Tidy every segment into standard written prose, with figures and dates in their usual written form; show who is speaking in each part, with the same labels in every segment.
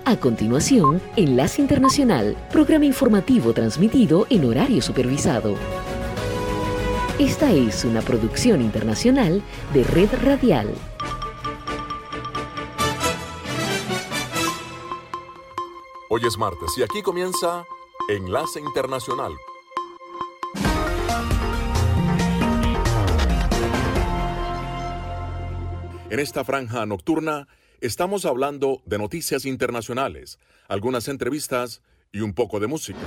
Speaker 1: A continuación, Enlace Internacional, programa informativo transmitido en horario supervisado. Esta es una producción internacional de Red Radial.
Speaker 2: Hoy es martes y aquí comienza Enlace Internacional. En esta franja nocturna estamos hablando de noticias internacionales, algunas entrevistas y un poco de música.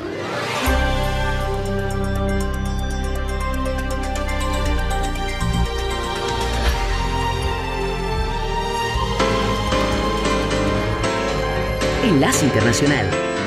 Speaker 1: Enlace Internacional.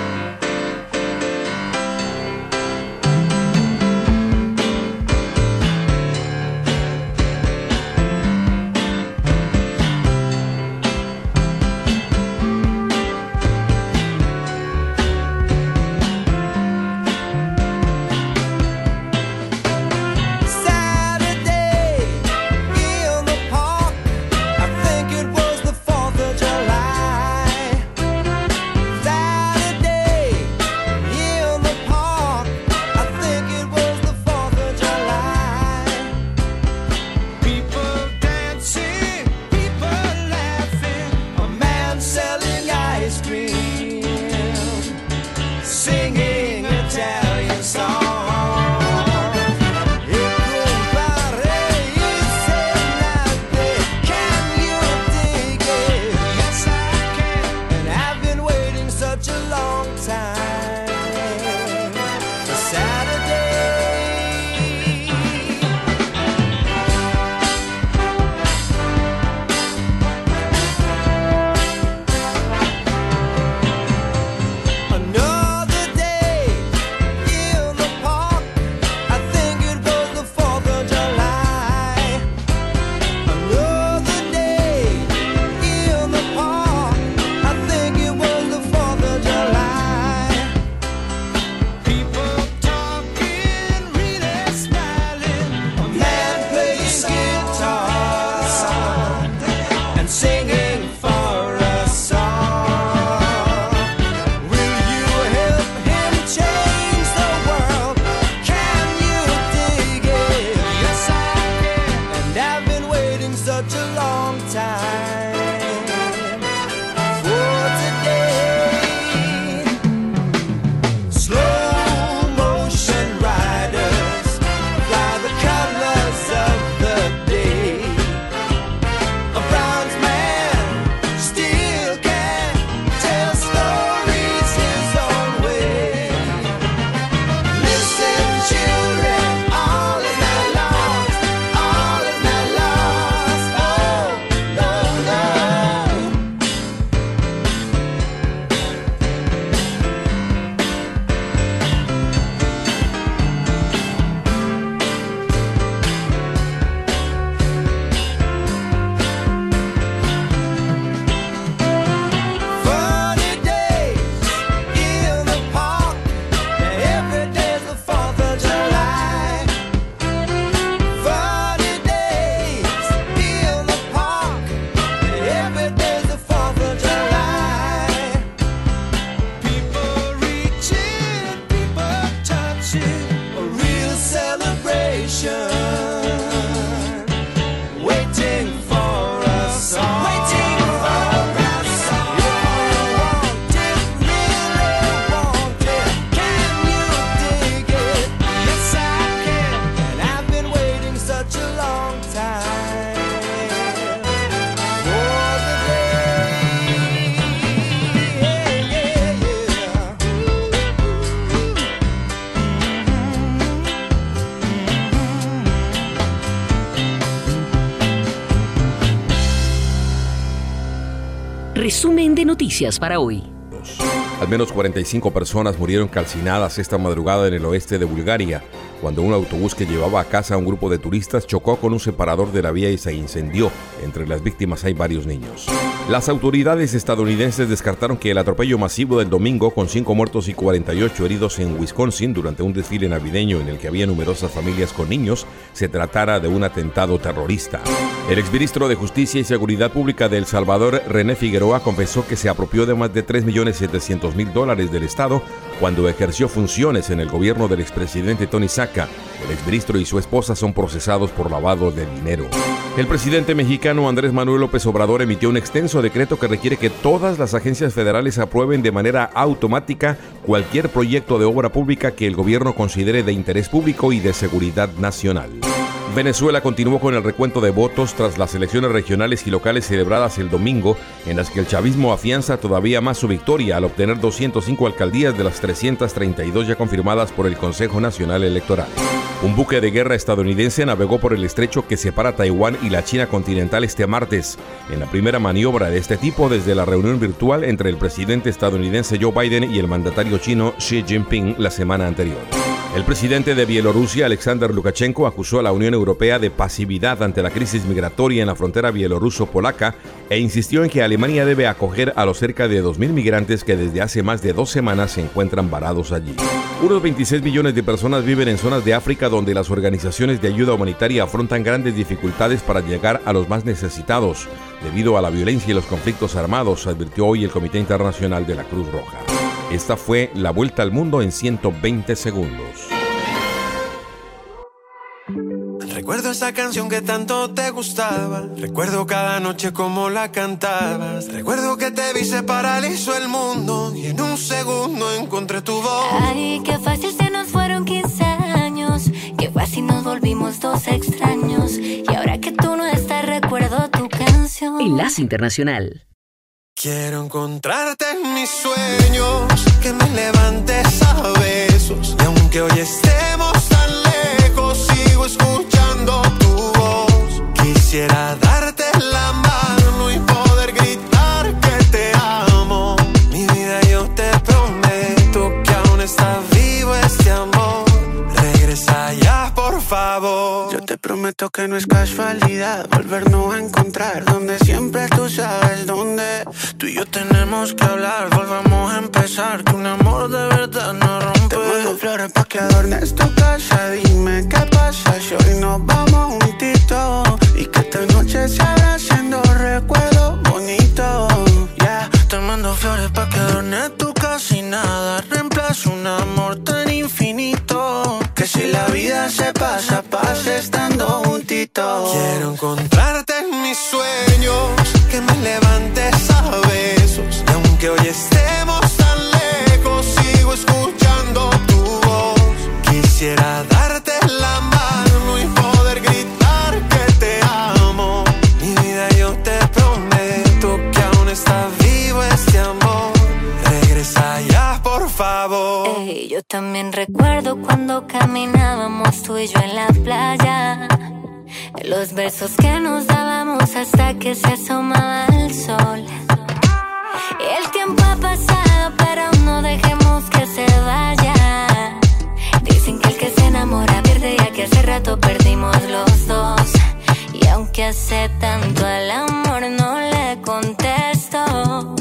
Speaker 1: Resumen de noticias para hoy.
Speaker 3: Al menos 45 personas murieron calcinadas esta madrugada en el oeste de Bulgaria cuando un autobús que llevaba a casa a un grupo de turistas chocó con un separador de la vía y se incendió. Entre las víctimas hay varios niños. Las autoridades estadounidenses descartaron que el atropello masivo del domingo, con 5 muertos y 48 heridos en Wisconsin durante un desfile navideño en el que había numerosas familias con niños, se tratara de un atentado terrorista. El exministro de Justicia y Seguridad Pública de El Salvador, René Figueroa, confesó que se apropió de más de $3.700.000 del Estado cuando ejerció funciones en el gobierno del expresidente Tony Saca. El exministro y su esposa son procesados por lavado de dinero. El presidente mexicano Andrés Manuel López Obrador emitió un extenso decreto que requiere que todas las agencias federales aprueben de manera automática cualquier proyecto de obra pública que el gobierno considere de interés público y de seguridad nacional. Venezuela continuó con el recuento de votos tras las elecciones regionales y locales celebradas el domingo, en las que el chavismo afianza todavía más su victoria al obtener 205 alcaldías de las 332 ya confirmadas por el Consejo Nacional Electoral. Un buque de guerra estadounidense navegó por el estrecho que separa Taiwán y la China continental este martes, en la primera maniobra de este tipo desde la reunión virtual entre el presidente estadounidense Joe Biden y el mandatario chino Xi Jinping la semana anterior. El presidente de Bielorrusia, Alexander Lukashenko, acusó a la Unión Europea de pasividad ante la crisis migratoria en la frontera bielorruso-polaca e insistió en que Alemania debe acoger a los cerca de 2.000 migrantes que desde hace más de 2 semanas se encuentran varados allí. Unos 26 millones de personas viven en zonas de África donde las organizaciones de ayuda humanitaria afrontan grandes dificultades para llegar a los más necesitados, debido a la violencia y los conflictos armados, advirtió hoy el Comité Internacional de la Cruz Roja. Esta fue la vuelta al mundo en 120 segundos.
Speaker 4: Recuerdo esa canción que tanto te gustaba. Recuerdo cada noche como la cantabas. Recuerdo que te vi, se paralizó el mundo y en un segundo encontré tu voz.
Speaker 5: Ay, qué fácil se nos fueron 15 años. Qué fácil nos volvimos dos extraños. Y ahora que tú no estás, recuerdo tu canción.
Speaker 1: Enlace Internacional.
Speaker 4: Quiero encontrarte en mis sueños, que me levantes a besos. Y aunque hoy estemos tan lejos, sigo escuchando tu voz. Quisiera darte la mano y poder gritar que te amo. Mi vida, yo te prometo que aún está vivo este amor. Regresa ya, por favor.
Speaker 6: Yo te prometo que no es casualidad volvernos a encontrar donde siempre tú sabes dónde.
Speaker 4: Tú y yo tenemos que hablar, volvamos a empezar, que un amor de verdad no rompe.
Speaker 6: Te mando flores pa' que adornes tu casa. Dime qué pasa si hoy nos vamos juntitos y que esta noche se abra haciendo recuerdos bonitos.
Speaker 4: Yeah. Te mando flores pa' que adornes tu casa y nada reemplaza un amor tan infinito.
Speaker 6: Que si la vida se pasa, pasa estando juntitos.
Speaker 4: Quiero encontrarte en mis sueños, que me levantes a besos. Y aunque hoy estemos tan lejos, sigo escuchando tu voz. Quisiera darte la mano y poder gritar que te amo. Mi vida, yo te prometo que aún está vivo este amor. Regresa ya, por favor.
Speaker 5: Ey, yo también recuerdo cuando caminábamos tú y yo en la playa. Los besos que nos dábamos hasta que se asomaba el sol. El tiempo ha pasado, pero no dejemos que se vaya. Dicen que el que se enamora pierde, ya que hace rato perdimos los dos. Y aunque hace tanto al amor no le contesto,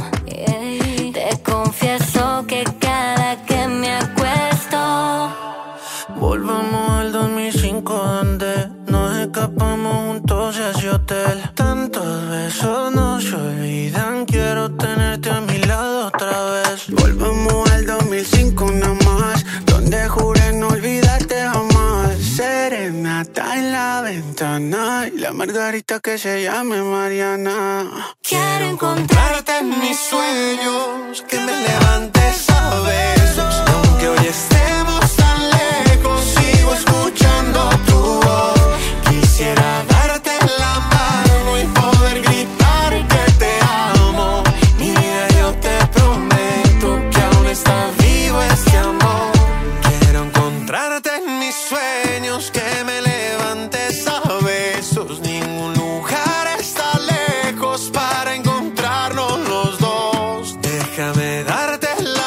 Speaker 5: te confieso que cada que me acuesto.
Speaker 4: Volvamos al 2005 donde nos escapamos juntos hacia ese hotel. Tantos besos no se olvidan, quiero tenerte a mi lado otra vez.
Speaker 6: Volvamos al 2005 nada más, donde juré no olvidarte jamás. Serenata en la ventana y la margarita que se llame Mariana.
Speaker 4: Quiero encontrarte en mis sueños, que me levantes a besos. Y aunque hoy estemos tan lejos, sigo escuchando tu voz. Quisiera darte la mano y poder gritar que te amo. Mi vida, yo te prometo que aún está vivo este amor. Quiero encontrarte en mis sueños, que me levantes a besos. Ningún lugar está lejos para encontrarnos los dos. Déjame darte la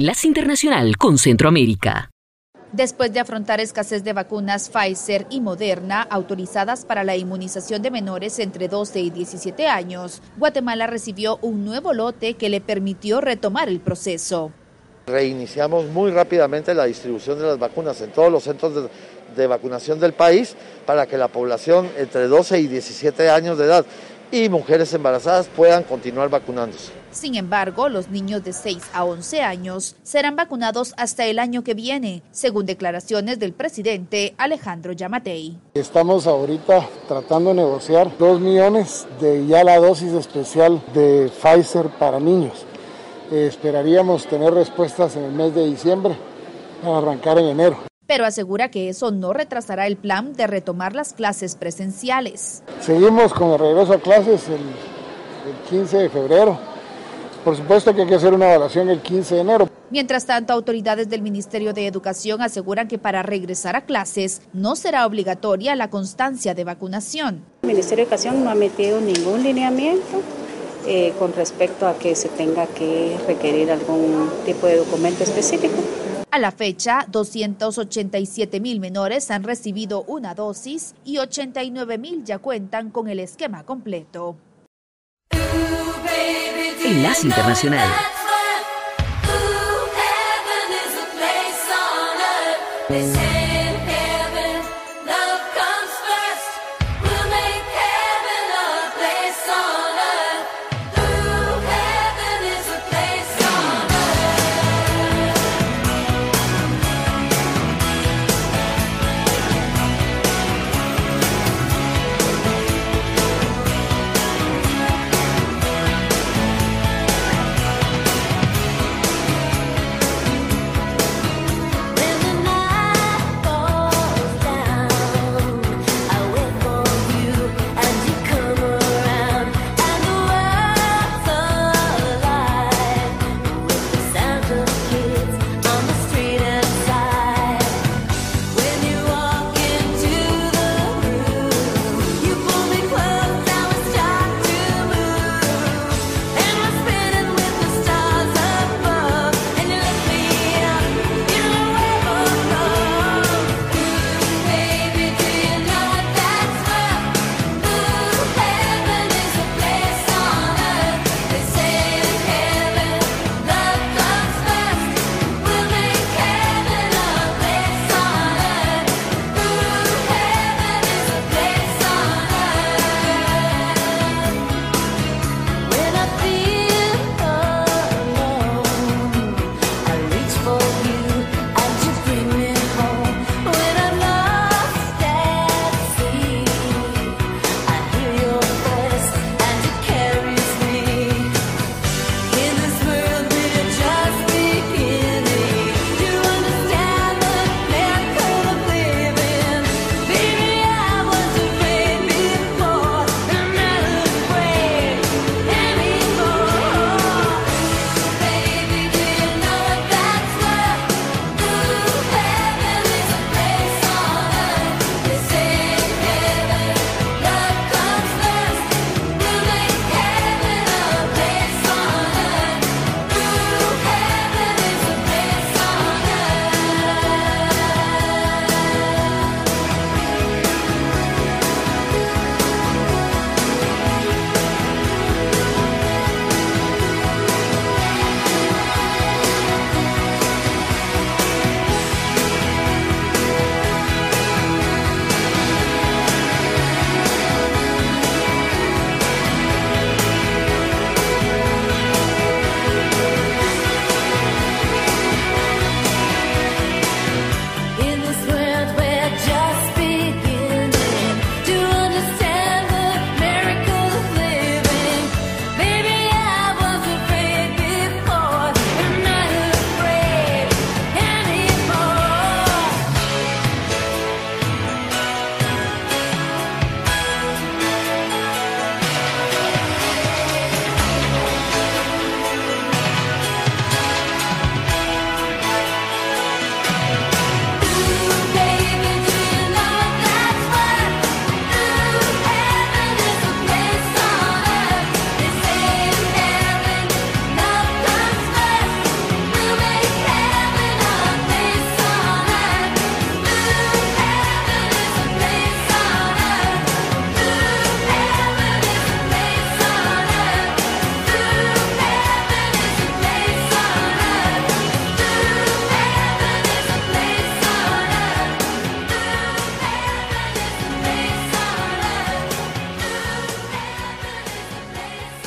Speaker 1: Enlace Internacional con Centroamérica.
Speaker 7: Después de afrontar escasez de vacunas Pfizer y Moderna autorizadas para la inmunización de menores entre 12 y 17 años, Guatemala recibió un nuevo lote que le permitió retomar el proceso.
Speaker 8: Reiniciamos muy rápidamente la distribución de las vacunas en todos los centros de vacunación del país para que la población entre 12 y 17 años de edad y mujeres embarazadas puedan continuar vacunándose.
Speaker 7: Sin embargo, los niños de 6 a 11 años serán vacunados hasta el año que viene, según declaraciones del presidente Alejandro Yamatei.
Speaker 9: Estamos ahorita tratando de negociar 2 millones de ya la dosis especial de Pfizer para niños. Esperaríamos tener respuestas en el mes de diciembre para arrancar en enero.
Speaker 7: Pero asegura que eso no retrasará el plan de retomar las clases presenciales.
Speaker 9: Seguimos con el regreso a clases el 15 de febrero. Por supuesto que hay que hacer una evaluación el 15 de enero.
Speaker 7: Mientras tanto, autoridades del Ministerio de Educación aseguran que para regresar a clases no será obligatoria la constancia de vacunación.
Speaker 10: El Ministerio de Educación no ha metido ningún lineamiento con respecto a que se tenga que requerir algún tipo de documento específico.
Speaker 7: A la fecha, 287,000 menores han recibido una dosis y 89,000 ya cuentan con el esquema completo.
Speaker 1: Enlace Internacional.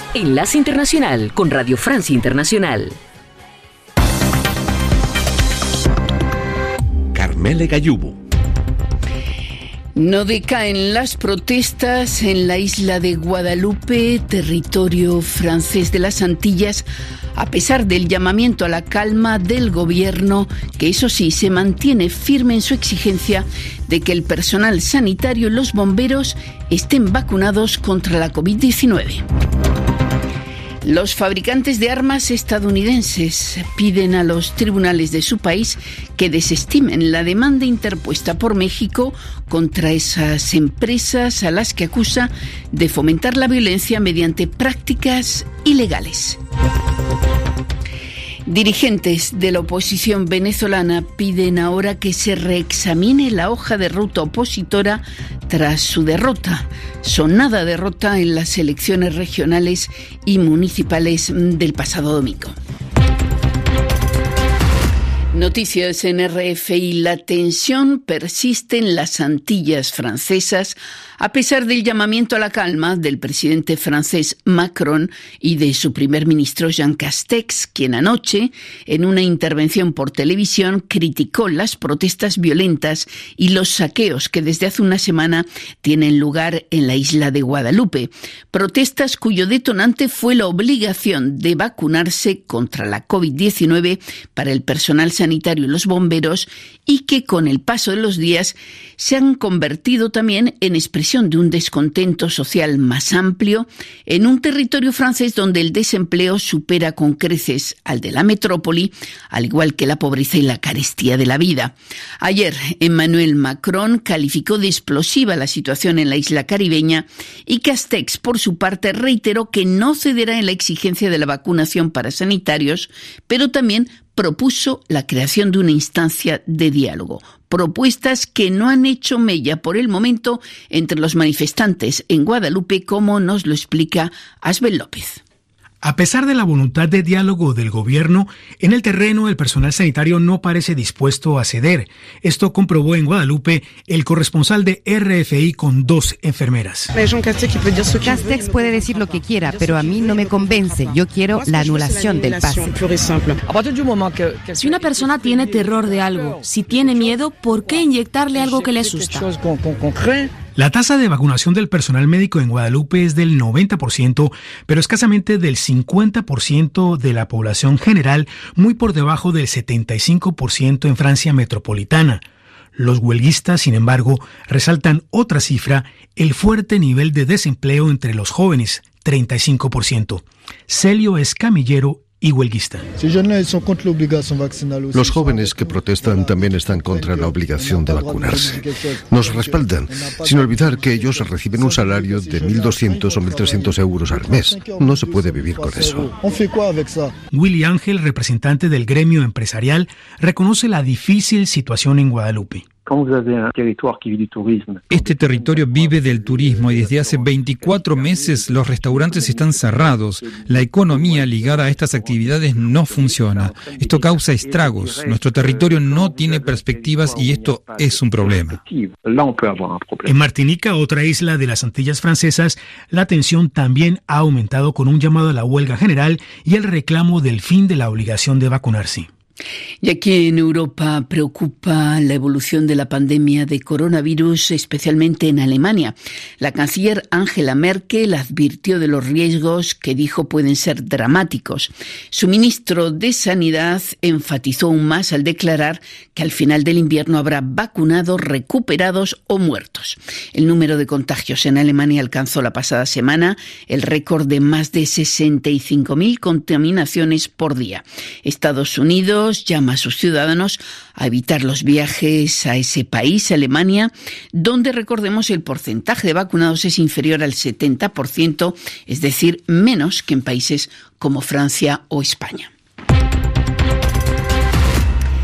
Speaker 1: Enlace Internacional con Radio Francia Internacional.
Speaker 3: Carmele Gallubo.
Speaker 11: No decaen las protestas en la isla de Guadalupe, territorio francés de las Antillas, a pesar del llamamiento a la calma del gobierno, que eso sí, se mantiene firme en su exigencia de que el personal sanitario y los bomberos estén vacunados contra la COVID-19. Los fabricantes de armas estadounidenses piden a los tribunales de su país que desestimen la demanda interpuesta por México contra esas empresas a las que acusa de fomentar la violencia mediante prácticas ilegales. Dirigentes de la oposición venezolana piden ahora que se reexamine la hoja de ruta opositora tras su sonada derrota en las elecciones regionales y municipales del pasado domingo. Noticias en RFI. La tensión persiste en las Antillas francesas a pesar del llamamiento a la calma del presidente francés Macron y de su primer ministro Jean Castex, quien anoche, en una intervención por televisión, criticó las protestas violentas y los saqueos que desde hace una semana tienen lugar en la isla de Guadalupe. Protestas cuyo detonante fue la obligación de vacunarse contra la COVID-19 para el personal sanitario y los bomberos, y que con el paso de los días se han convertido también en expresión de un descontento social más amplio en un territorio francés donde el desempleo supera con creces al de la metrópoli, al igual que la pobreza y la carestía de la vida. Ayer, Emmanuel Macron calificó de explosiva la situación en la isla caribeña y Castex, por su parte, reiteró que no cederá en la exigencia de la vacunación para sanitarios, pero también propuso la creación de una instancia de diálogo. Propuestas que no han hecho mella por el momento entre los manifestantes en Guadalupe, como nos lo explica Asbel López.
Speaker 12: A pesar de la voluntad de diálogo del gobierno, en el terreno el personal sanitario no parece dispuesto a ceder. Esto comprobó en Guadalupe el corresponsal de RFI con 2 enfermeras.
Speaker 13: Castex puede decir lo que quiera, pero a mí no me convence. Yo quiero la anulación del pase.
Speaker 14: Si una persona tiene terror de algo, si tiene miedo, ¿por qué inyectarle algo que le asusta?
Speaker 12: La tasa de vacunación del personal médico en Guadalupe es del 90%, pero escasamente del 50% de la población general, muy por debajo del 75% en Francia metropolitana. Los huelguistas, sin embargo, resaltan otra cifra, el fuerte nivel de desempleo entre los jóvenes, 35%. Celio es camillero y huelguista.
Speaker 15: Los jóvenes que protestan también están contra la obligación de vacunarse. Nos respaldan, sin olvidar que ellos reciben un salario de 1.200 o 1.300 euros al mes. No se puede vivir con eso.
Speaker 12: Willy Ángel, representante del gremio empresarial, reconoce la difícil situación en Guadalupe.
Speaker 16: Este territorio vive del turismo y desde hace 24 meses los restaurantes están cerrados. La economía ligada a estas actividades no funciona. Esto causa estragos. Nuestro territorio no tiene perspectivas y esto es un problema.
Speaker 12: En Martinica, otra isla de las Antillas francesas, la tensión también ha aumentado con un llamado a la huelga general y el reclamo del fin de la obligación de vacunarse.
Speaker 11: Y aquí en Europa preocupa la evolución de la pandemia de coronavirus, especialmente en Alemania. La canciller Angela Merkel advirtió de los riesgos que dijo pueden ser dramáticos. Su ministro de Sanidad enfatizó aún más al declarar que al final del invierno habrá vacunados, recuperados o muertos. El número de contagios en Alemania alcanzó la pasada semana el récord de más de 65.000 contaminaciones por día. Estados Unidos llama a sus ciudadanos a evitar los viajes a ese país, Alemania, donde, recordemos, el porcentaje de vacunados es inferior al 70%, es decir, menos que en países como Francia o España.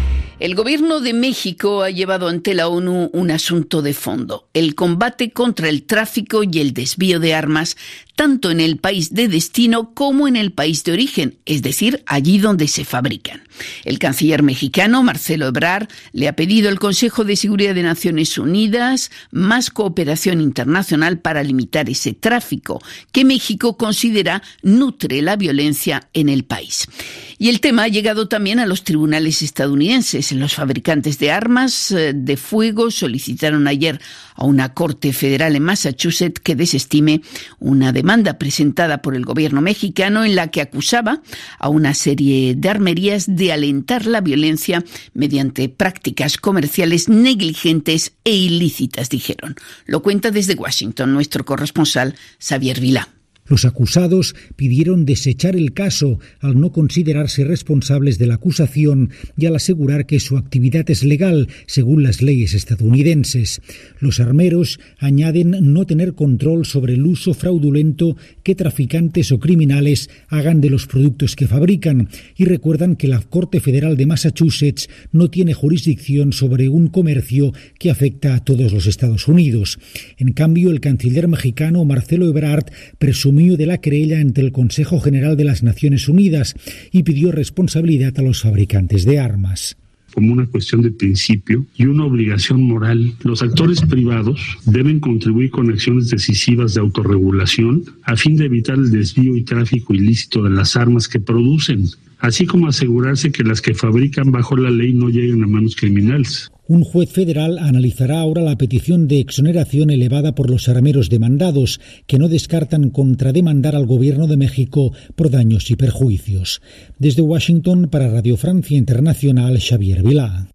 Speaker 11: El gobierno de México ha llevado ante la ONU un asunto de fondo: el combate contra el tráfico y el desvío de armas, tanto en el país de destino como en el país de origen, es decir, allí donde se fabrican. El canciller mexicano, Marcelo Ebrard, le ha pedido al Consejo de Seguridad de Naciones Unidas más cooperación internacional para limitar ese tráfico, que México considera nutre la violencia en el país. Y el tema ha llegado también a los tribunales estadounidenses. Los fabricantes de armas de fuego solicitaron ayer a una corte federal en Massachusetts que desestime una demanda presentada por el gobierno mexicano en la que acusaba a una serie de armerías de alentar la violencia mediante prácticas comerciales negligentes e ilícitas, dijeron. Lo cuenta desde Washington nuestro corresponsal Xavier Vilá.
Speaker 17: Los acusados pidieron desechar el caso al no considerarse responsables de la acusación y al asegurar que su actividad es legal según las leyes estadounidenses. Los armeros añaden no tener control sobre el uso fraudulento que traficantes o criminales hagan de los productos que fabrican y recuerdan que la Corte Federal de Massachusetts no tiene jurisdicción sobre un comercio que afecta a todos los Estados Unidos. En cambio, el canciller mexicano Marcelo Ebrard presumió de la querella ante el Consejo General de las Naciones Unidas y pidió responsabilidad a los fabricantes de armas.
Speaker 18: Como una cuestión de principio y una obligación moral, los actores privados deben contribuir con acciones decisivas de autorregulación a fin de evitar el desvío y tráfico ilícito de las armas que producen, así como asegurarse que las que fabrican bajo la ley no lleguen a manos criminales.
Speaker 17: Un juez federal analizará ahora la petición de exoneración elevada por los armeros demandados, que no descartan contrademandar al gobierno de México por daños y perjuicios. Desde Washington, para Radio Francia Internacional, Xavier Vilá.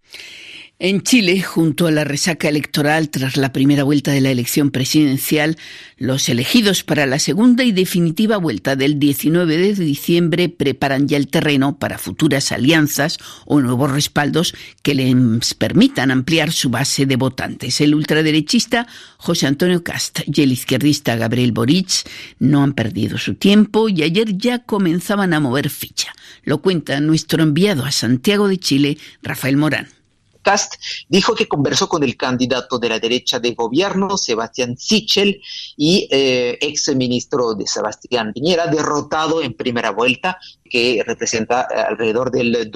Speaker 11: En Chile, junto a la resaca electoral tras la primera vuelta de la elección presidencial, los elegidos para la segunda y definitiva vuelta del 19 de diciembre preparan ya el terreno para futuras alianzas o nuevos respaldos que les permitan ampliar su base de votantes. El ultraderechista José Antonio Kast y el izquierdista Gabriel Boric no han perdido su tiempo y ayer ya comenzaban a mover ficha. Lo cuenta nuestro enviado a Santiago de Chile, Rafael Morán.
Speaker 19: Kast dijo que conversó con el candidato de la derecha de gobierno, Sebastián Sichel, y ex ministro de Sebastián Piñera, derrotado en primera vuelta, que representa alrededor del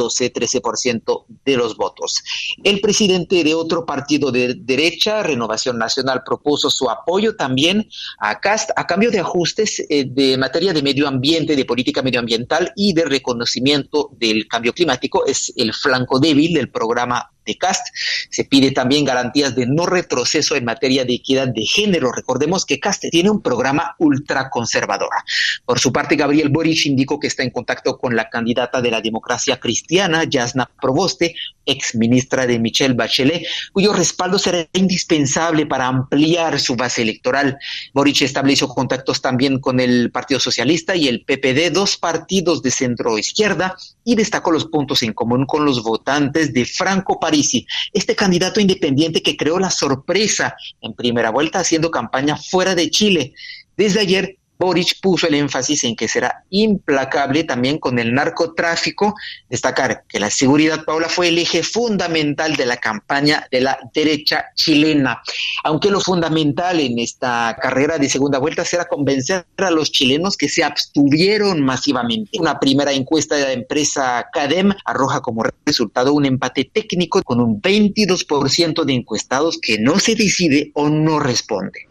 Speaker 19: 12-13% de los votos. El presidente de otro partido de derecha, Renovación Nacional, propuso su apoyo también a Kast a cambio de ajustes de materia de medio ambiente, de política medioambiental y de reconocimiento del cambio climático. Es el flanco débil del programa de Kast. Se pide también garantías de no retroceso en materia de equidad de género. Recordemos que Kast tiene un programa ultraconservadora. Por su parte, Gabriel Boric indicó que está en contacto con la candidata de la democracia cristiana, Jasna Proboste, ex ministra de Michelle Bachelet, cuyo respaldo será indispensable para ampliar su base electoral. Boric estableció contactos también con el Partido Socialista y el PPD, dos partidos de centro-izquierda, y destacó los puntos en común con los votantes de Franco Parisi, este candidato independiente que creó la sorpresa en primera vuelta haciendo campaña fuera de Chile. Desde ayer, Boric puso el énfasis en que será implacable también con el narcotráfico. Destacar que la seguridad, Paula, fue el eje fundamental de la campaña de la derecha chilena. Aunque lo fundamental en esta carrera de segunda vuelta será convencer a los chilenos que se abstuvieron masivamente. Una primera encuesta de la empresa Cadem arroja como resultado un empate técnico con un 22% de encuestados que no se decide o no responde.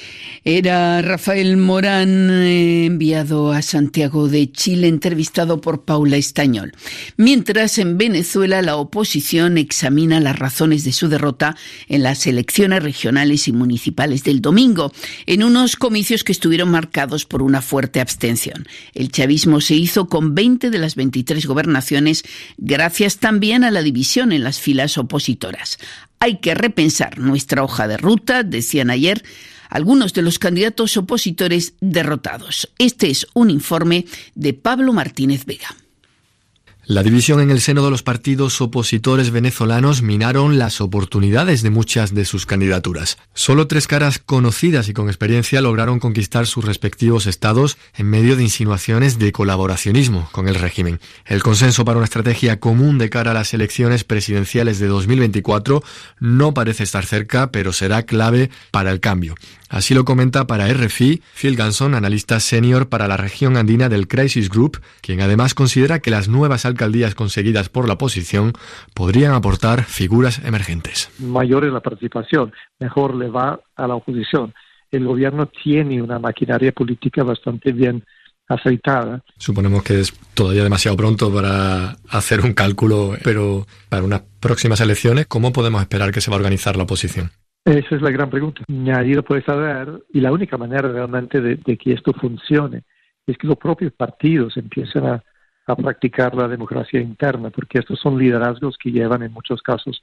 Speaker 11: Era Rafael Morán, enviado a Santiago de Chile, entrevistado por Paula Estañol. Mientras, en Venezuela, la oposición examina las razones de su derrota en las elecciones regionales y municipales del domingo, en unos comicios que estuvieron marcados por una fuerte abstención. El chavismo se hizo con 20 de las 23 gobernaciones, gracias también a la división en las filas opositoras. Hay que repensar nuestra hoja de ruta, decían ayer algunos de los candidatos opositores derrotados. Este es un informe de Pablo Martínez Vega.
Speaker 20: La división en el seno de los partidos opositores venezolanos minaron las oportunidades de muchas de sus candidaturas. Solo 3 caras conocidas y con experiencia lograron conquistar sus respectivos estados en medio de insinuaciones de colaboracionismo con el régimen. El consenso para una estrategia común de cara a las elecciones presidenciales de 2024 no parece estar cerca, pero será clave para el cambio. Así lo comenta para RFI Phil Ganson, analista senior para la región andina del Crisis Group, quien además considera que las nuevas alcaldías conseguidas por la oposición podrían aportar figuras emergentes.
Speaker 21: Mayor es la participación, mejor le va a la oposición. El gobierno tiene una maquinaria política bastante bien aceitada.
Speaker 20: Suponemos que es todavía demasiado pronto para hacer un cálculo, pero para unas próximas elecciones, ¿cómo podemos esperar que se va a organizar la oposición?
Speaker 21: Esa es la gran pregunta. Nadie lo puede saber, y la única manera realmente de que esto funcione es que los propios partidos empiecen a practicar la democracia interna, porque estos son liderazgos que llevan en muchos casos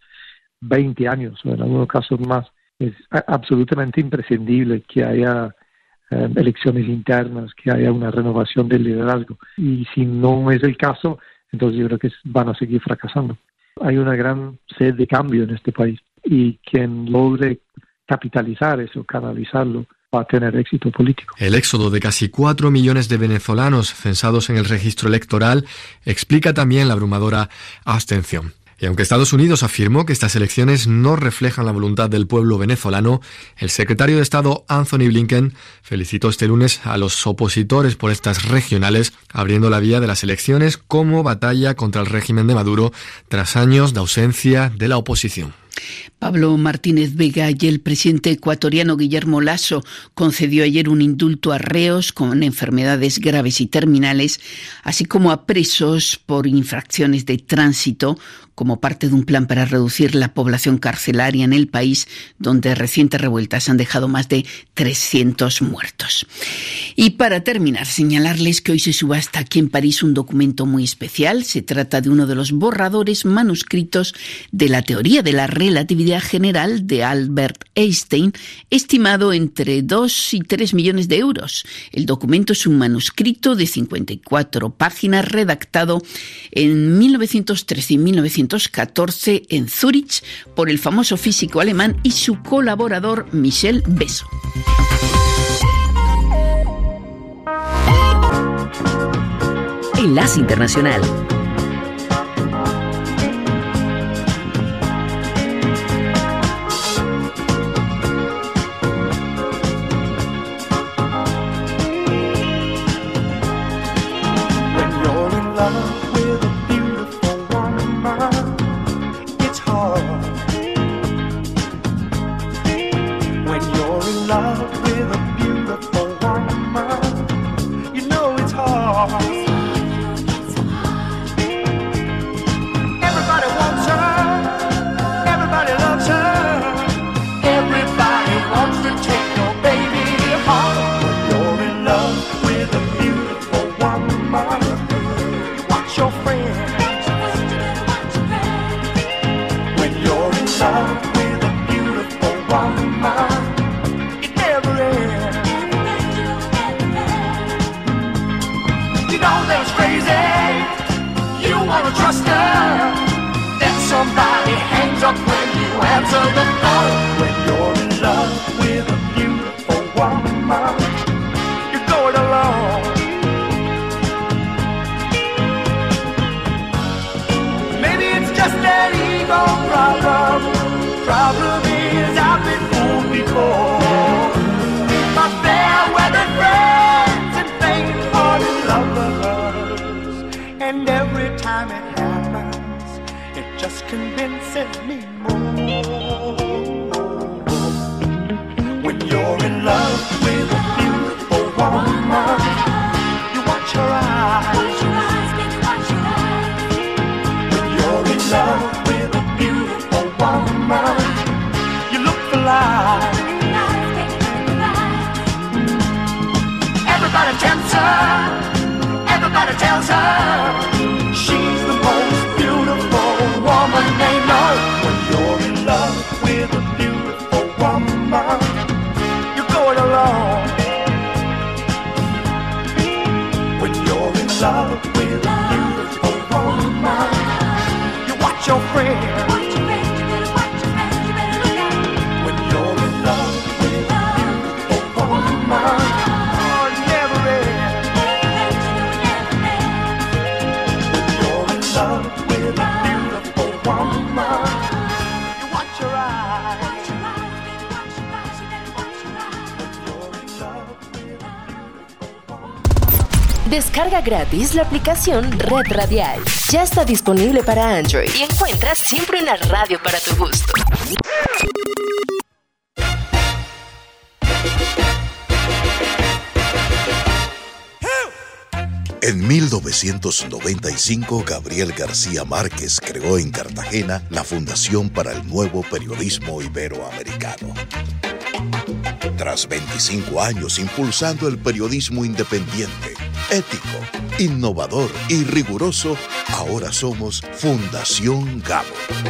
Speaker 21: 20 años, o en algunos casos más. Es absolutamente imprescindible que haya elecciones internas, que haya una renovación del liderazgo. Y si no es el caso, entonces yo creo que van a seguir fracasando. Hay una gran sed de cambio en este país, y quien logre capitalizar eso, canalizarlo, va a tener éxito político.
Speaker 20: El éxodo de casi 4 millones de venezolanos censados en el registro electoral explica también la abrumadora abstención. Y aunque Estados Unidos afirmó que estas elecciones no reflejan la voluntad del pueblo venezolano, el secretario de Estado Anthony Blinken felicitó este lunes a los opositores por estas regionales, abriendo la vía de las elecciones como batalla contra el régimen de Maduro tras años de ausencia de la oposición.
Speaker 11: Pablo Martínez Vega y el presidente ecuatoriano Guillermo Lasso concedió ayer un indulto a reos con enfermedades graves y terminales, así como a presos por infracciones de tránsito, como parte de un plan para reducir la población carcelaria en el país, donde recientes revueltas han dejado más de 300 muertos. Y para terminar, señalarles que hoy se subasta aquí en París un documento muy especial. Se trata de uno de los borradores manuscritos de la teoría de la relatividad general de Albert Einstein, estimado entre 2 y 3 millones de euros. El documento es un manuscrito de 54 páginas redactado en 1913 y 1914 en Zúrich por el famoso físico alemán y su colaborador Michel Besso.
Speaker 1: Enlace Internacional.
Speaker 4: Love with a beautiful woman.
Speaker 2: Descarga gratis la aplicación Red Radial. Ya está disponible para Android y encuentras siempre una radio para tu gusto.
Speaker 22: En 1995, Gabriel García Márquez creó en Cartagena la Fundación para el Nuevo Periodismo Iberoamericano. Tras 25 años impulsando el periodismo independiente, ético, innovador y riguroso, ahora somos Fundación Gabo.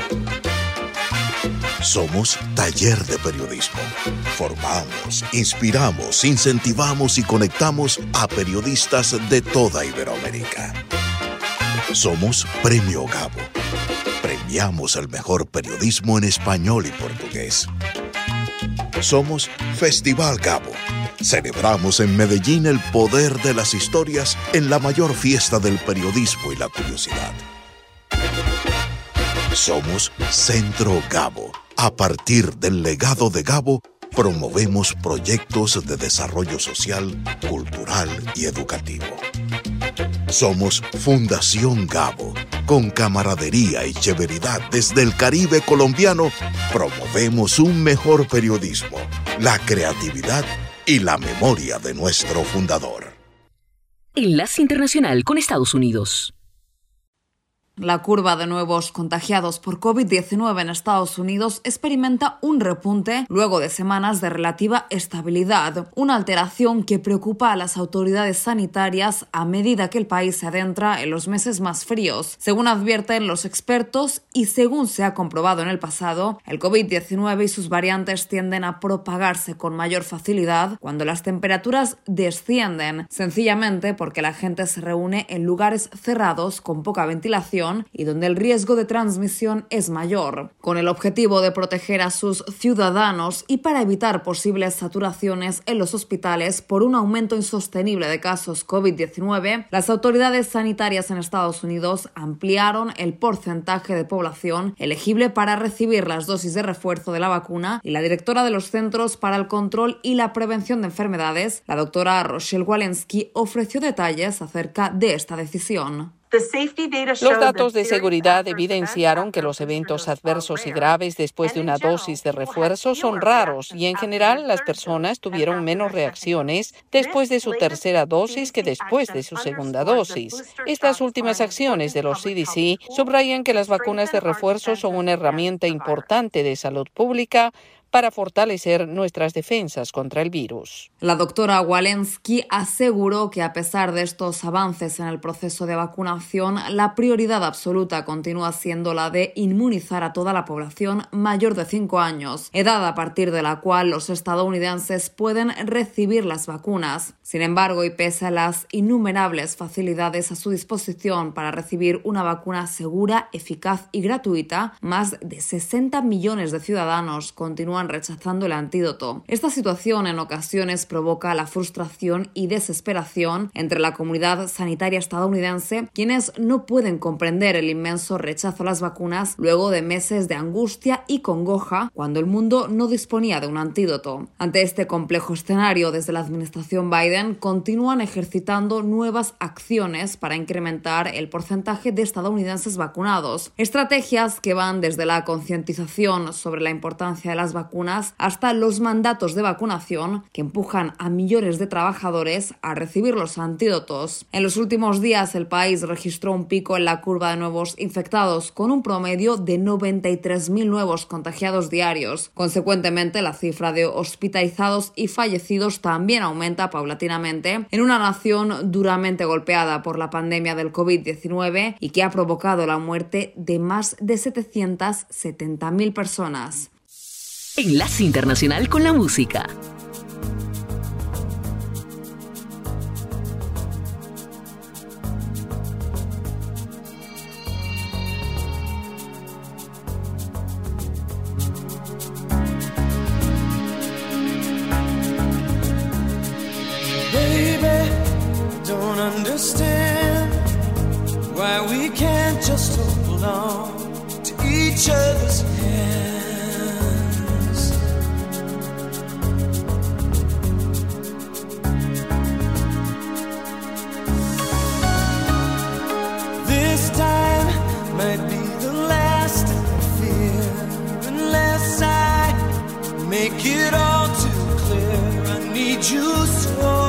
Speaker 22: Somos Taller de Periodismo. Formamos, inspiramos, incentivamos y conectamos a periodistas de toda Iberoamérica. Somos Premio Gabo. Premiamos el mejor periodismo en español y portugués. Somos Festival Gabo. Celebramos en Medellín el poder de las historias en la mayor fiesta del periodismo y la curiosidad. Somos Centro Gabo. A partir del legado de Gabo, promovemos proyectos de desarrollo social, cultural y educativo. Somos Fundación Gabo. Con camaradería y chéveridad desde el Caribe colombiano, promovemos un mejor periodismo, la creatividad y la memoria de nuestro fundador.
Speaker 1: Enlace Internacional con Estados Unidos.
Speaker 23: La curva de nuevos contagiados por COVID-19 en Estados Unidos experimenta un repunte luego de semanas de relativa estabilidad, una alteración que preocupa a las autoridades sanitarias a medida que el país se adentra en los meses más fríos. Según advierten los expertos y según se ha comprobado en el pasado, el COVID-19 y sus variantes tienden a propagarse con mayor facilidad cuando las temperaturas descienden, sencillamente porque la gente se reúne en lugares cerrados con poca ventilación y donde el riesgo de transmisión es mayor. Con el objetivo de proteger a sus ciudadanos y para evitar posibles saturaciones en los hospitales por un aumento insostenible de casos COVID-19, las autoridades sanitarias en Estados Unidos ampliaron el porcentaje de población elegible para recibir las dosis de refuerzo de la vacuna y la directora de los Centros para el Control y la Prevención de Enfermedades, la doctora Rochelle Walensky, ofreció detalles acerca de esta decisión.
Speaker 24: Los datos de seguridad evidenciaron que los eventos adversos y graves después de una dosis de refuerzo son raros y en general las personas tuvieron menos reacciones después de su tercera dosis que después de su segunda dosis. Estas últimas acciones de los CDC subrayan que las vacunas de refuerzo son una herramienta importante de salud pública para fortalecer nuestras defensas contra el virus.
Speaker 23: La doctora Walensky aseguró que a pesar de estos avances en el proceso de vacunación, la prioridad absoluta continúa siendo la de inmunizar a toda la población mayor de 5 años, edad a partir de la cual los estadounidenses pueden recibir las vacunas. Sin embargo, y pese a las innumerables facilidades a su disposición para recibir una vacuna segura, eficaz y gratuita, más de 60 millones de ciudadanos continúan rechazando el antídoto. Esta situación en ocasiones provoca la frustración y desesperación entre la comunidad sanitaria estadounidense, quienes no pueden comprender el inmenso rechazo a las vacunas luego de meses de angustia y congoja cuando el mundo no disponía de un antídoto. Ante este complejo escenario, desde la administración Biden continúan ejercitando nuevas acciones para incrementar el porcentaje de estadounidenses vacunados. Estrategias que van desde la concientización sobre la importancia de las vacunas hasta los mandatos de vacunación que empujan a millones de trabajadores a recibir los antídotos. En los últimos días, el país registró un pico en la curva de nuevos infectados, con un promedio de 93.000 nuevos contagiados diarios. Consecuentemente, la cifra de hospitalizados y fallecidos también aumenta paulatinamente en una nación duramente golpeada por la pandemia del COVID-19 y que ha provocado la muerte de más de 770.000 personas.
Speaker 1: Enlace Internacional con la música.
Speaker 4: Baby, don't understand why we can't just hold on to each other's hands. make it all too clear. I need you so.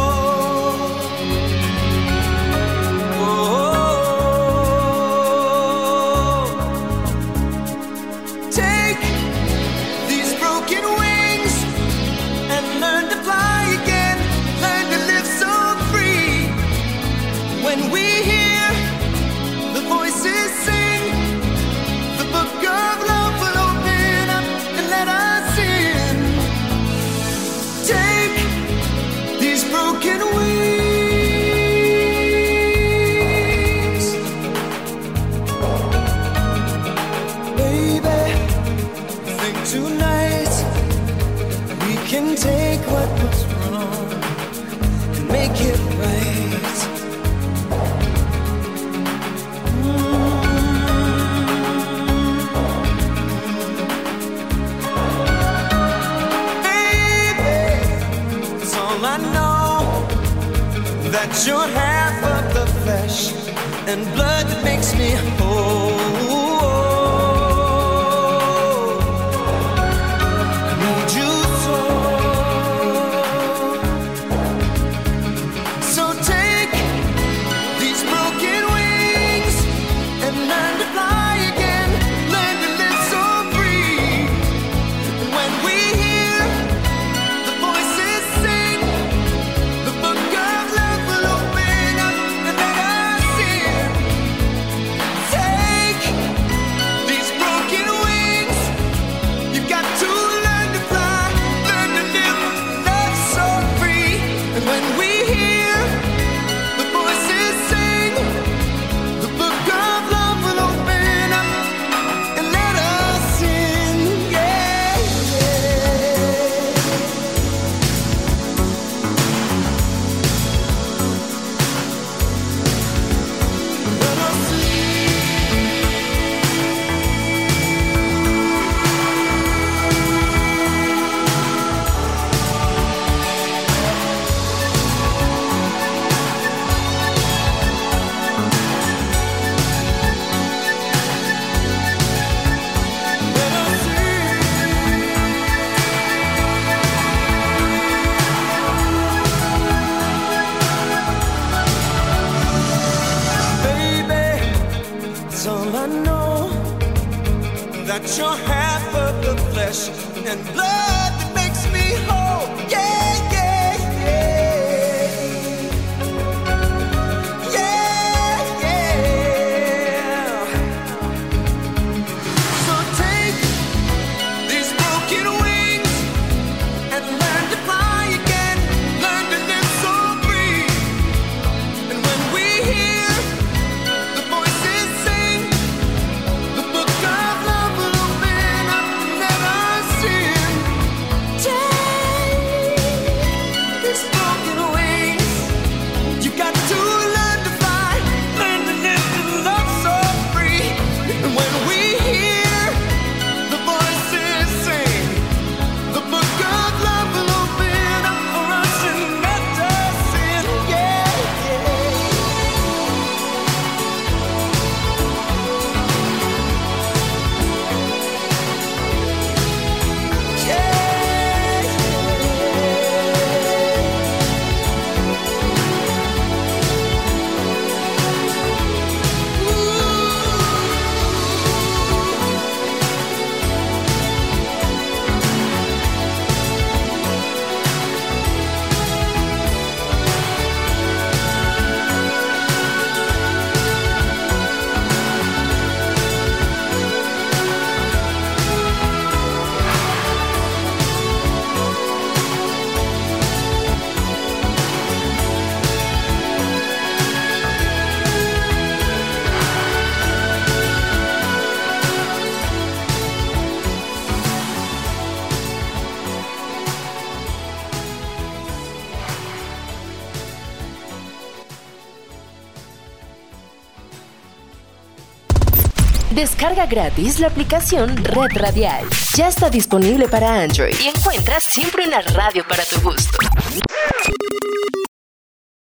Speaker 4: Take what was wrong and make it right. Baby, it's all I know, that you're half of the flesh and blood that makes me whole. You're half of the flesh and blood that makes me whole. Yeah, yeah, yeah. Yeah, yeah. So take these broken wings and learn to fly again. Learn to live so free. And when we hear the voices sing the book of love,
Speaker 2: Descarga gratis la aplicación Red Radial. Ya está disponible para Android y encuentras siempre una radio para tu gusto.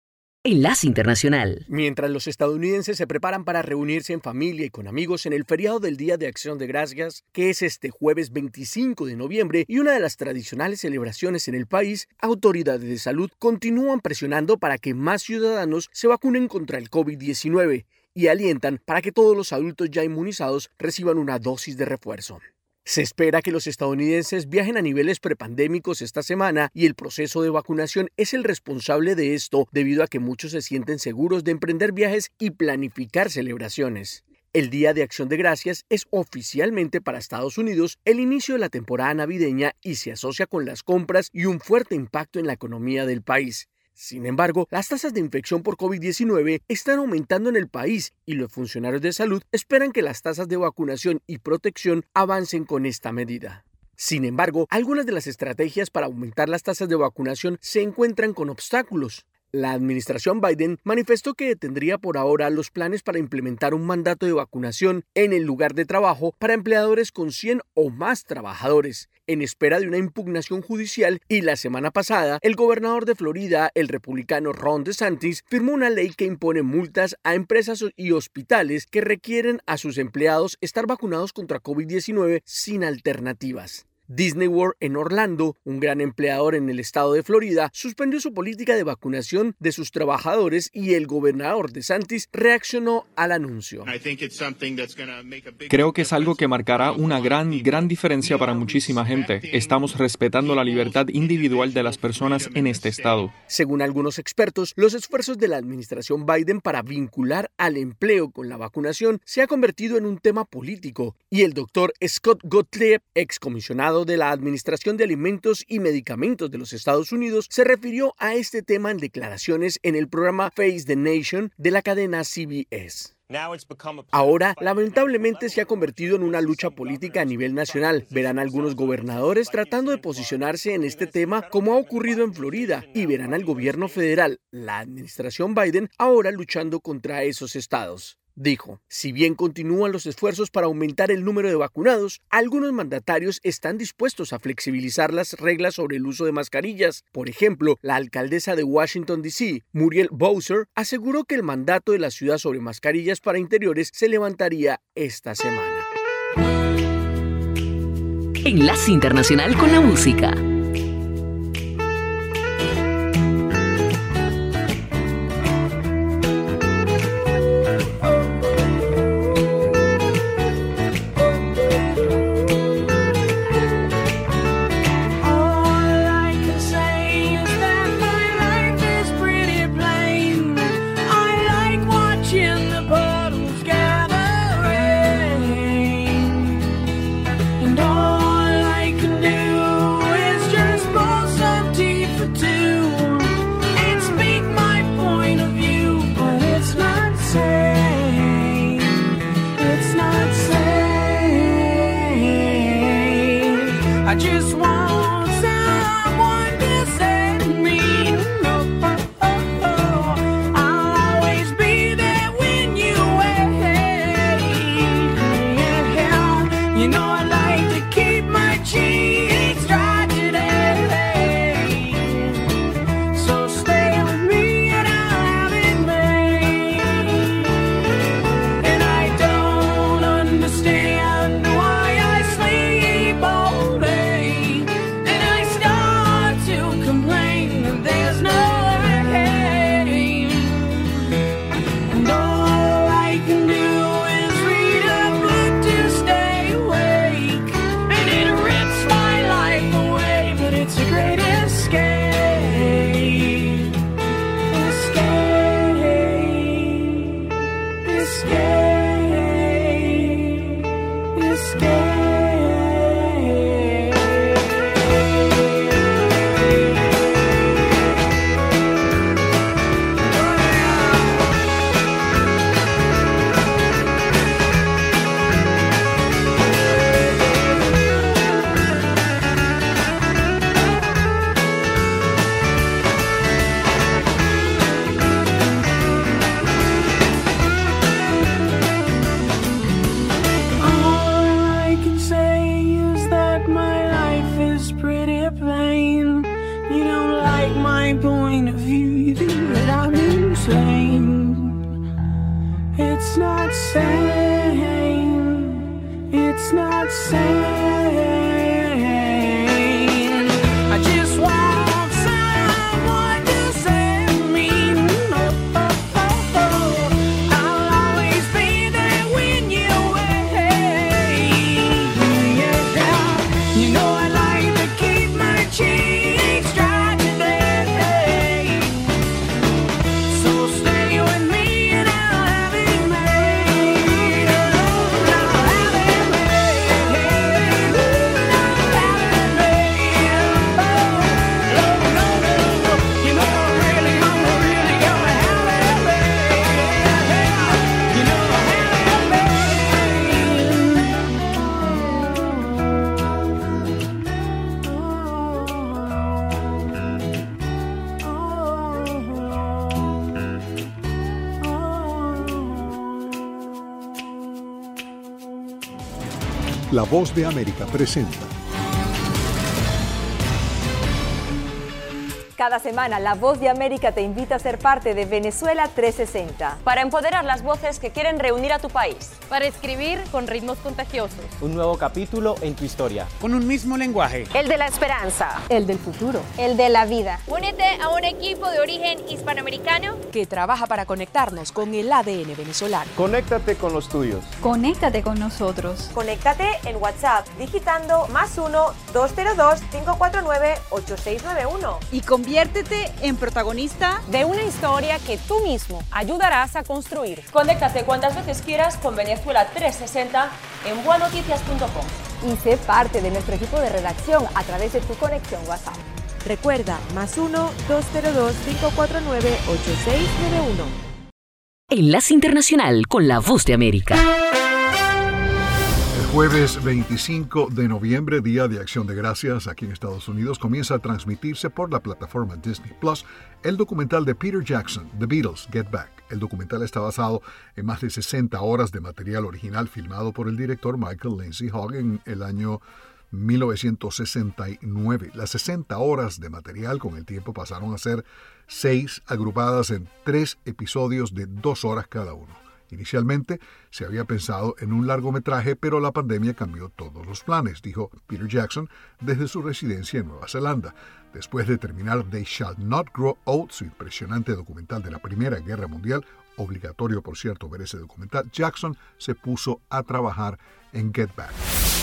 Speaker 1: Enlace Internacional.
Speaker 5: Mientras los estadounidenses se preparan para reunirse en familia y con amigos en el feriado del Día de Acción de Gracias, que es este jueves 25 de noviembre y una de las tradicionales celebraciones en el país, autoridades de salud continúan presionando para que más ciudadanos se vacunen contra el COVID-19 y alientan para que todos los adultos ya inmunizados reciban una dosis de refuerzo. Se espera que los estadounidenses viajen a niveles prepandémicos esta semana y el proceso de vacunación es el responsable de esto debido a que muchos se sienten seguros de emprender viajes y planificar celebraciones. El Día de Acción de Gracias es oficialmente para Estados Unidos el inicio de la temporada navideña y se asocia con las compras y un fuerte impacto en la economía del país. Sin embargo, las tasas de infección por COVID-19 están aumentando en el país y los funcionarios de salud esperan que las tasas de vacunación y protección avancen con esta medida. Sin embargo, algunas de las estrategias para aumentar las tasas de vacunación se encuentran con obstáculos. La administración Biden manifestó que detendría por ahora los planes para implementar un mandato de vacunación en el lugar de trabajo para empleadores con 100 o más trabajadores, en espera de una impugnación judicial, y la semana pasada el gobernador de Florida, el republicano Ron DeSantis, firmó una ley que impone multas a empresas y hospitales que requieren a sus empleados estar vacunados contra COVID-19 sin alternativas. Disney World en Orlando, un gran empleador en el estado de Florida, suspendió su política de vacunación de sus trabajadores y el gobernador DeSantis reaccionó al anuncio.
Speaker 6: Creo que es algo que marcará una gran diferencia para muchísima gente. Estamos respetando la libertad individual de las personas en este estado.
Speaker 5: Según algunos expertos, los esfuerzos de la administración Biden para vincular al empleo con la vacunación se ha convertido en un tema político y el doctor Scott Gottlieb, excomisionado de la Administración de Alimentos y Medicamentos de los Estados Unidos, se refirió a este tema en declaraciones en el programa Face the Nation de la cadena CBS. Ahora, lamentablemente, se ha convertido en una lucha política a nivel nacional. Verán algunos gobernadores tratando de posicionarse en este tema, como ha ocurrido en Florida, y verán al gobierno federal, la administración Biden, ahora luchando contra esos estados. Dijo, si bien continúan los esfuerzos para aumentar el número de vacunados, algunos mandatarios están dispuestos a flexibilizar las reglas sobre el uso de mascarillas. Por ejemplo, la alcaldesa de Washington, D.C., Muriel Bowser, aseguró que el mandato de la ciudad sobre mascarillas para interiores se levantaría esta semana.
Speaker 1: Enlace Internacional con la música.
Speaker 4: my point of view, you think that I'm insane. same. It's not same. It's not same. I just want someone to save me. I'll always be there when you're away. Yeah. You know I like to keep my cheeks dry today. So stay with me and I'll have it made. I'll have it made. I'll have it made. Oh, no, no, no. You know I'm really gonna have it made. You know I'll have it
Speaker 7: La Voz de América presenta.
Speaker 8: Cada semana, La Voz de América te invita a ser parte de Venezuela 360.
Speaker 9: Para empoderar las voces que quieren reunir a tu país.
Speaker 10: Para escribir con ritmos contagiosos.
Speaker 25: Un nuevo capítulo en tu historia.
Speaker 26: Con un mismo lenguaje.
Speaker 9: El de la esperanza.
Speaker 8: El del futuro.
Speaker 10: El de la vida. Únete a un equipo de origen hispanoamericano
Speaker 27: que trabaja para conectarnos con el ADN venezolano.
Speaker 25: Conéctate con los tuyos.
Speaker 8: Conéctate con nosotros.
Speaker 9: Conéctate en WhatsApp digitando +1-202-549-8691.
Speaker 8: Y conviértete en protagonista
Speaker 9: de una historia que tú mismo ayudarás a construir.
Speaker 10: Conéctate cuantas veces quieras con Venezuela 360 en buenoticias.com.
Speaker 8: Y sé parte de nuestro equipo de redacción a través de tu conexión WhatsApp.
Speaker 28: Recuerda, +1-202-549-8691.
Speaker 1: Enlace Internacional con La Voz de América.
Speaker 7: Jueves 25 de noviembre, Día de Acción de Gracias aquí en Estados Unidos, comienza a transmitirse por la plataforma Disney Plus el documental de Peter Jackson, The Beatles, Get Back. El documental está basado en más de 60 horas de material original filmado por el director Michael Lindsay Hogg en el año 1969. Las 60 horas de material con el tiempo pasaron a ser 6 agrupadas en 3 episodios de 2 horas cada uno. Inicialmente se había pensado en un largometraje, pero la pandemia cambió todos los planes, dijo Peter Jackson desde su residencia en Nueva Zelanda. Después de terminar They Shall Not Grow Old, su impresionante documental de la Primera Guerra Mundial, obligatorio por cierto ver ese documental, Jackson se puso a trabajar en Get Back.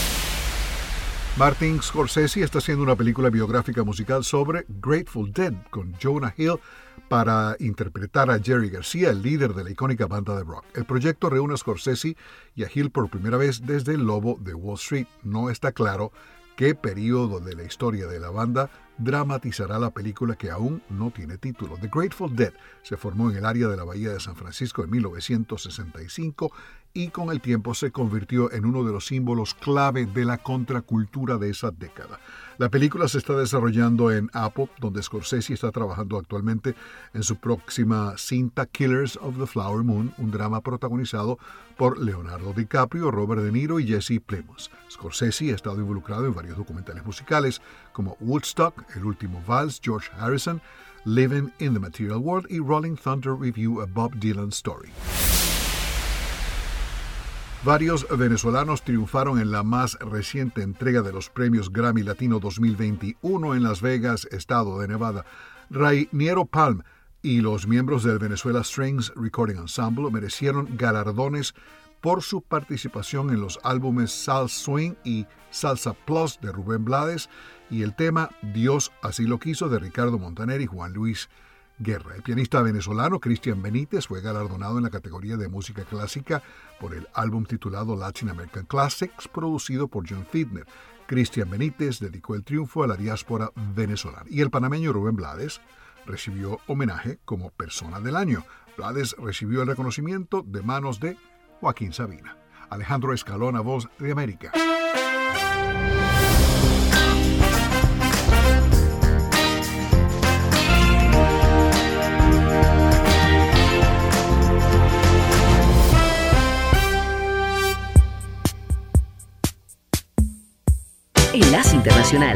Speaker 7: Martin Scorsese está haciendo una película biográfica musical sobre Grateful Dead con Jonah Hill para interpretar a Jerry García, el líder de la icónica banda de rock. El proyecto reúne a Scorsese y a Hill por primera vez desde El Lobo de Wall Street. No está claro qué periodo de la historia de la banda dramatizará la película que aún no tiene título. The Grateful Dead se formó en el área de la Bahía de San Francisco en 1965 y con el tiempo se convirtió en uno de los símbolos clave de la contracultura de esa década. La película se está desarrollando en Apple, donde Scorsese está trabajando actualmente en su próxima cinta Killers of the Flower Moon, un drama protagonizado por Leonardo DiCaprio, Robert De Niro y Jesse Plemons. Scorsese ha estado involucrado en varios documentales musicales como Woodstock, El Último Vals, George Harrison, Living in the Material World y Rolling Thunder Review, a Bob Dylan Story. Varios venezolanos triunfaron en la más reciente entrega de los premios Grammy Latino 2021 en Las Vegas, estado de Nevada. Rainiero Palm y los miembros del Venezuela Strings Recording Ensemble merecieron galardones por su participación en los álbumes Sal Swing y Salsa Plus de Rubén Blades y el tema Dios así lo quiso de Ricardo Montaner y Juan Luis Guerra. El pianista venezolano Cristian Benítez fue galardonado en la categoría de música clásica por el álbum titulado Latin American Classics, producido por John Fiedner. Cristian Benítez dedicó el triunfo a la diáspora venezolana. Y el panameño Rubén Blades recibió homenaje como Persona del Año. Blades recibió el reconocimiento de manos de Joaquín Sabina. Alejandro Escalona, Voz de América.
Speaker 1: Enlace Internacional.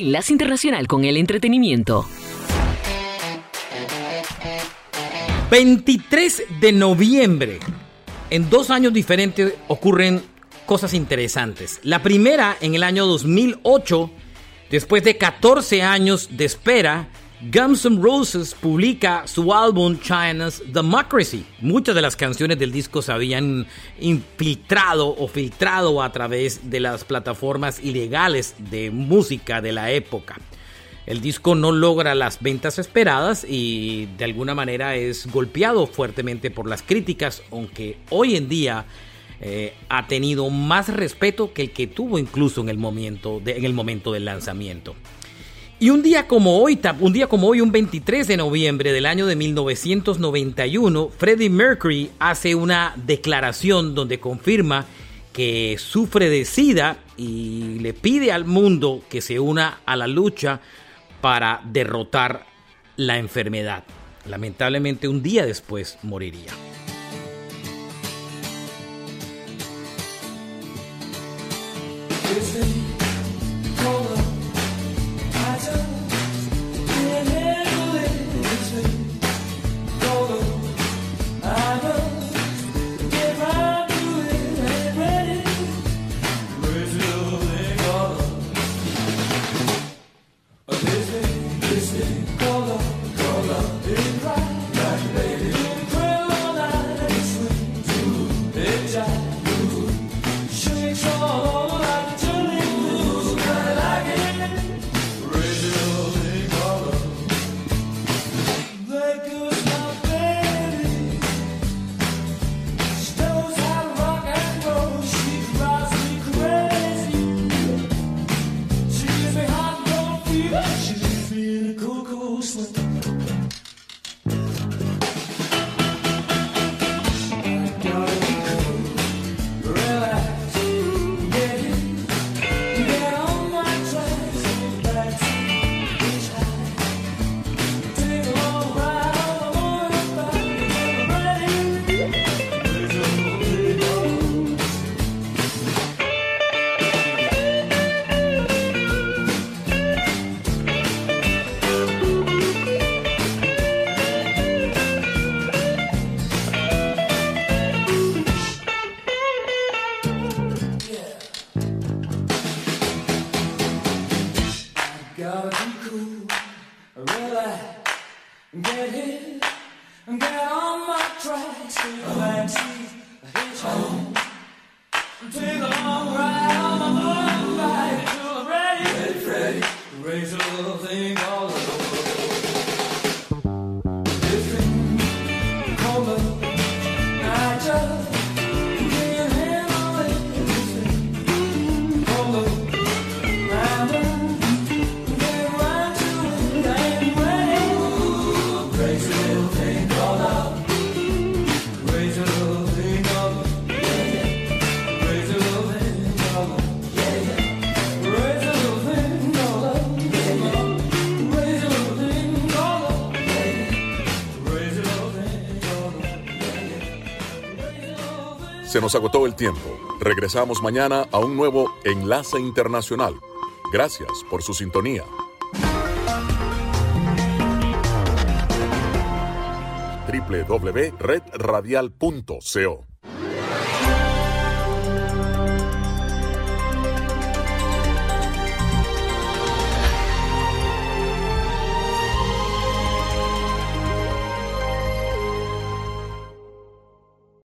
Speaker 1: Enlace Internacional con el entretenimiento.
Speaker 3: 23 de noviembre. En 2 años diferentes ocurren cosas interesantes. La primera en el año 2008, después de 14 años de espera, Guns N' Roses publica su álbum China's Democracy. Muchas de las canciones del disco se habían filtrado a través de las plataformas ilegales de música de la época. El disco no logra las ventas esperadas y de alguna manera es golpeado fuertemente por las críticas, aunque hoy en día ha tenido más respeto que el que tuvo incluso en el momento del lanzamiento. Y un día como hoy, un 23 de noviembre del año de 1991, Freddie Mercury hace una declaración donde confirma que sufre de SIDA y le pide al mundo que se una a la lucha para derrotar la enfermedad. Lamentablemente, un día después moriría.
Speaker 12: Se nos agotó el tiempo. Regresamos mañana a un nuevo Enlace Internacional. Gracias por su sintonía. www.redradial.co